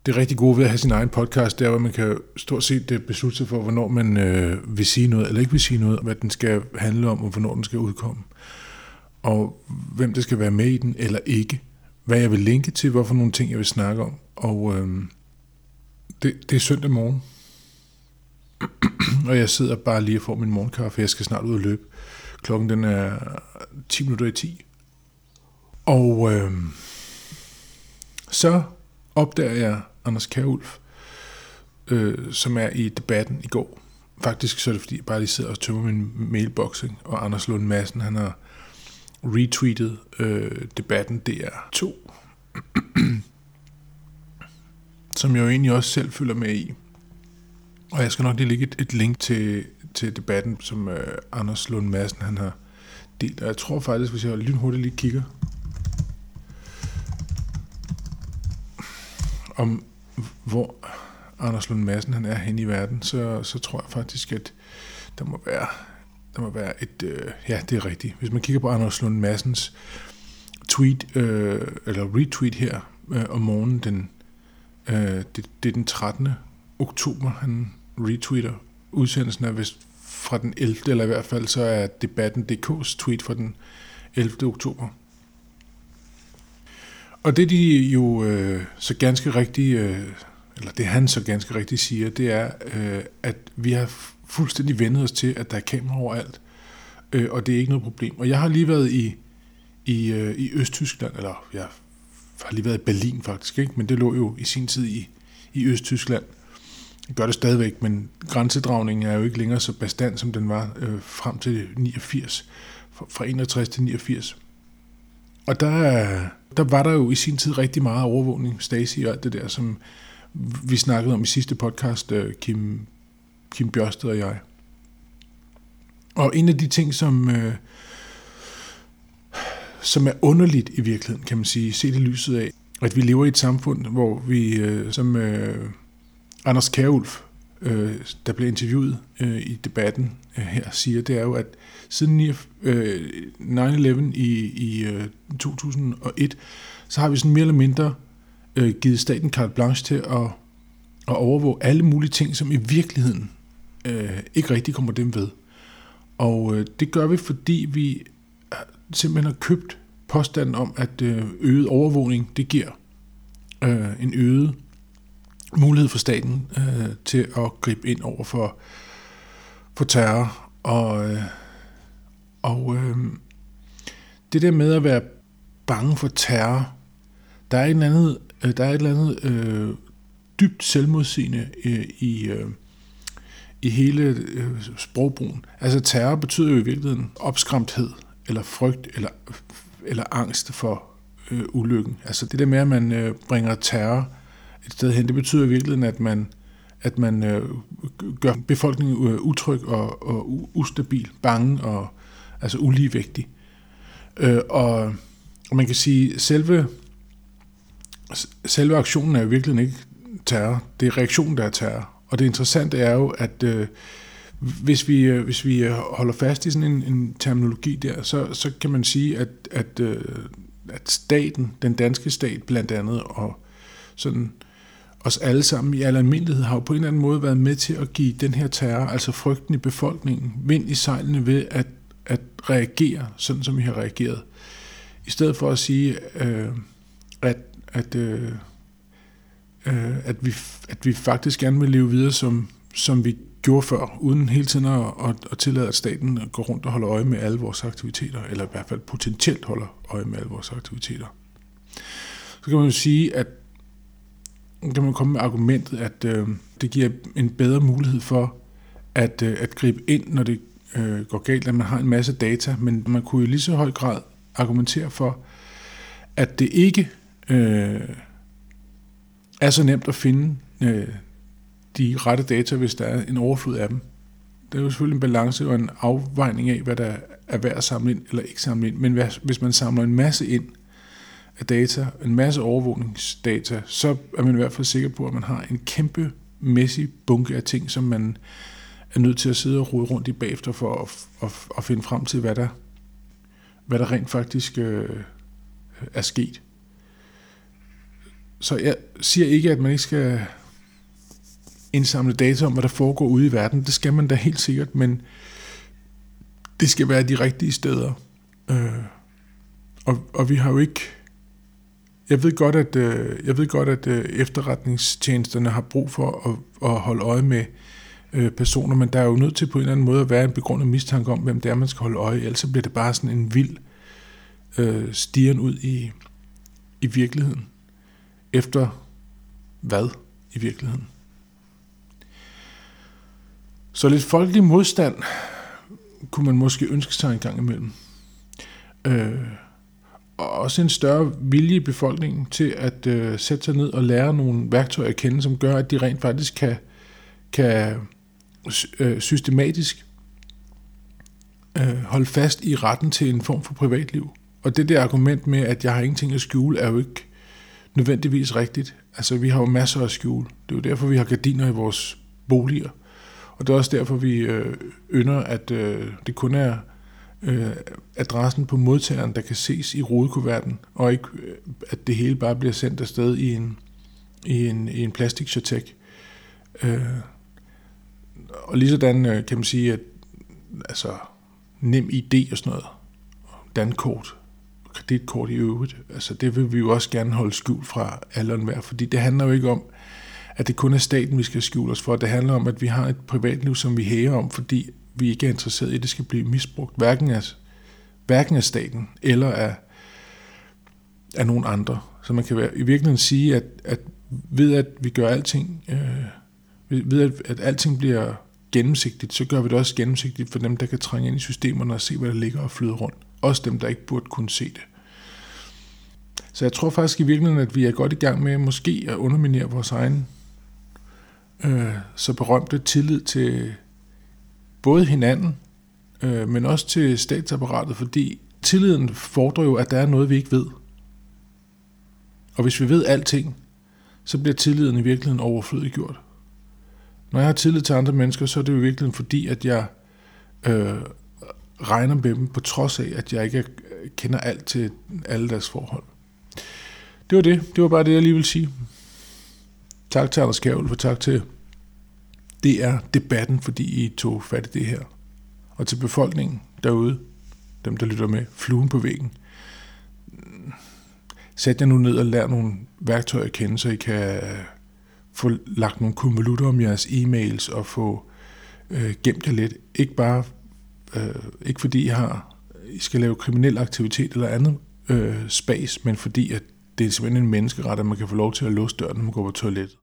Det rigtig gode ved at have sin egen podcast, det er, at man kan stort set beslutte sig for, hvornår man vil sige noget eller ikke vil sige noget, hvad den skal handle om, og hvornår den skal udkomme. Og hvem der skal være med i den eller ikke. Hvad jeg vil linke til, hvorfor nogle ting, jeg vil snakke om. Og det er søndag morgen. Og jeg sidder bare lige og får min morgenkaffe. Jeg skal snart ud og løbe. Klokken den er 10 minutter i 10. Og så opdager jeg Anders Kjærulf, som er i debatten i går. Faktisk så er det, fordi jeg bare lige sidder og tømmer min mailboxing, og Anders Lund Madsen, han har retweetet debatten DR2, som jeg jo egentlig også selv følger med i. Og jeg skal nok lige lægge et link til debatten, som Anders Lund Madsen, han har delt. Og jeg tror faktisk, hvis jeg lynhurtigt lige kigger, om hvor Anders Lund Madsen han er henne i verden, så tror jeg faktisk, at der må være et... ja, det er rigtigt. Hvis man kigger på Anders Lund Madsens tweet, eller retweet her om morgenen, det er den 13. oktober, han retweeter. Udsendelsen er vist fra den 11. eller i hvert fald så er debatten.dk's tweet fra den 11. oktober. Og det de jo så ganske rigtigt, eller det han så ganske rigtigt siger, det er, at vi har fuldstændig vendet os til, at der er kamera overalt, og det er ikke noget problem. Og jeg har lige været i Østtyskland, eller jeg har lige været i Berlin faktisk, ikke? Men det lå jo i sin tid i Østtyskland. Det gør det stadigvæk, men grænsedragningen er jo ikke længere så bastant, som den var frem til 89, fra 61 til 89. Og der var der jo i sin tid rigtig meget overvågning, Stasi og alt det der, som vi snakkede om i sidste podcast, Kim Bjørsted og jeg. Og en af de ting, som er underligt i virkeligheden, kan man sige, set i lyset af, at vi lever i et samfund, hvor vi, som Anders Kjærulf, der blev interviewet i debatten her, siger, det er jo, at siden 9/11 i 2001, så har vi sådan mere eller mindre givet staten carte blanche til at overvåge alle mulige ting, som i virkeligheden ikke rigtig kommer dem ved. Og det gør vi, fordi vi simpelthen har købt påstanden om, at øget overvågning, det giver en øget mulighed for staten til at gribe ind over for terror. Og det der med at være bange for terror, der er et eller andet dybt selvmodsigende i hele sprogbrugen. Altså terror betyder jo i virkeligheden opskræmthed, eller frygt, eller angst for ulykken. Altså det der med, at man bringer terror et sted hen, det betyder i virkeligheden, at man gør befolkningen utryg og ustabil, bange og altså uligevægtig. Og man kan sige, selve aktionen er jo virkelig ikke terror. Det er reaktionen, der er terror. Og det interessante er jo, at hvis vi holder fast i sådan en terminologi der, så kan man sige, at staten, den danske stat blandt andet, og sådan os alle sammen i al almindelighed, har jo på en eller anden måde været med til at give den her terror, altså frygten i befolkningen, vind i sejlene ved at reagere, sådan som vi har reageret. I stedet for at sige, at vi faktisk gerne vil leve videre, som vi gjorde før, uden hele tiden at tillade, at staten går rundt og holder øje med alle vores aktiviteter, eller i hvert fald potentielt holder øje med alle vores aktiviteter. Så kan man jo sige, at kan man komme med argumentet, at det giver en bedre mulighed for at gribe ind, når det går galt, at man har en masse data, men man kunne jo lige så høj grad argumentere for, at det ikke er så nemt at finde de rette data, hvis der er en overflod af dem. Det er jo selvfølgelig en balance og en afvejning af, hvad der er værd at samle ind eller ikke samle ind, men hvis man samler en masse ind af data, en masse overvågningsdata, så er man i hvert fald sikker på, at man har en kæmpemæssig bunke af ting, som man er nødt til at sidde og rode rundt i bagefter for at finde frem til, hvad der rent faktisk er sket. Så jeg siger ikke, at man ikke skal indsamle data om, hvad der foregår ude i verden. Det skal man da helt sikkert, men det skal være de rigtige steder. Og vi har jo ikke... Jeg ved godt, at efterretningstjenesterne har brug for at holde øje med personer, men der er jo nødt til på en eller anden måde at være en begrundet mistanke om, hvem det er, man skal holde øje. Ellers så bliver det bare sådan en vild stigen ud i virkeligheden. Efter hvad i virkeligheden? Så lidt folkelig modstand kunne man måske ønske sig en gang imellem. Og også en større vilje i befolkningen til at sætte sig ned og lære nogle værktøjer at kende, som gør, at de rent faktisk kan systematisk holde fast i retten til en form for privatliv. Og det der argument med, at jeg har ingenting at skjule, er jo ikke nødvendigvis rigtigt. Altså, vi har jo masser at skjule. Det er jo derfor, vi har gardiner i vores boliger. Og det er også derfor, vi ynder, at det kun er adressen på modtageren, der kan ses i rodekuverten, og ikke at det hele bare bliver sendt afsted i en plastikchartek. Og lige sådan kan man sige, at altså nem ID og sådan noget, dankort, kreditkort i øvrigt, altså det vil vi jo også gerne holde skjult fra alle og enhver, fordi det handler jo ikke om, at det kun er staten, vi skal skjule os for. Det handler om, at vi har et privatliv, som vi hæger om, fordi vi ikke er interesseret i, at det skal blive misbrugt, hverken af staten eller af nogen andre. Så man kan i virkeligheden sige, at ved at vi gør alting, ved at alting bliver gennemsigtigt, så gør vi det også gennemsigtigt for dem, der kan trænge ind i systemerne og se, hvad der ligger og flyder rundt. Også dem, der ikke burde kunne se det. Så jeg tror faktisk i virkeligheden, at vi er godt i gang med måske at underminere vores egen så berømte tillid til både hinanden, men også til statsapparatet, fordi tilliden fordrer jo, at der er noget, vi ikke ved. Og hvis vi ved alting, så bliver tilliden i virkeligheden overflødiggjort. Når jeg har tillid til andre mennesker, så er det jo i virkeligheden fordi, at jeg regner med dem, på trods af, at jeg ikke kender alt til alle deres forhold. Det var det. Det var bare det, jeg lige vil sige. Tak til Anders Kjærulf, og tak til DR-debatten, fordi I tog fat i det her. Og til befolkningen derude, dem der lytter med, fluen på væggen. Sæt jer nu ned og lær nogle værktøjer at kende, så I kan få lagt nogle konvolutter om jeres e-mails og få gemt jer lidt. Ikke fordi I skal lave kriminel aktivitet eller andet spas, men fordi at det er simpelthen en menneskeret, at man kan få lov til at låse døren, når man går på toilettet.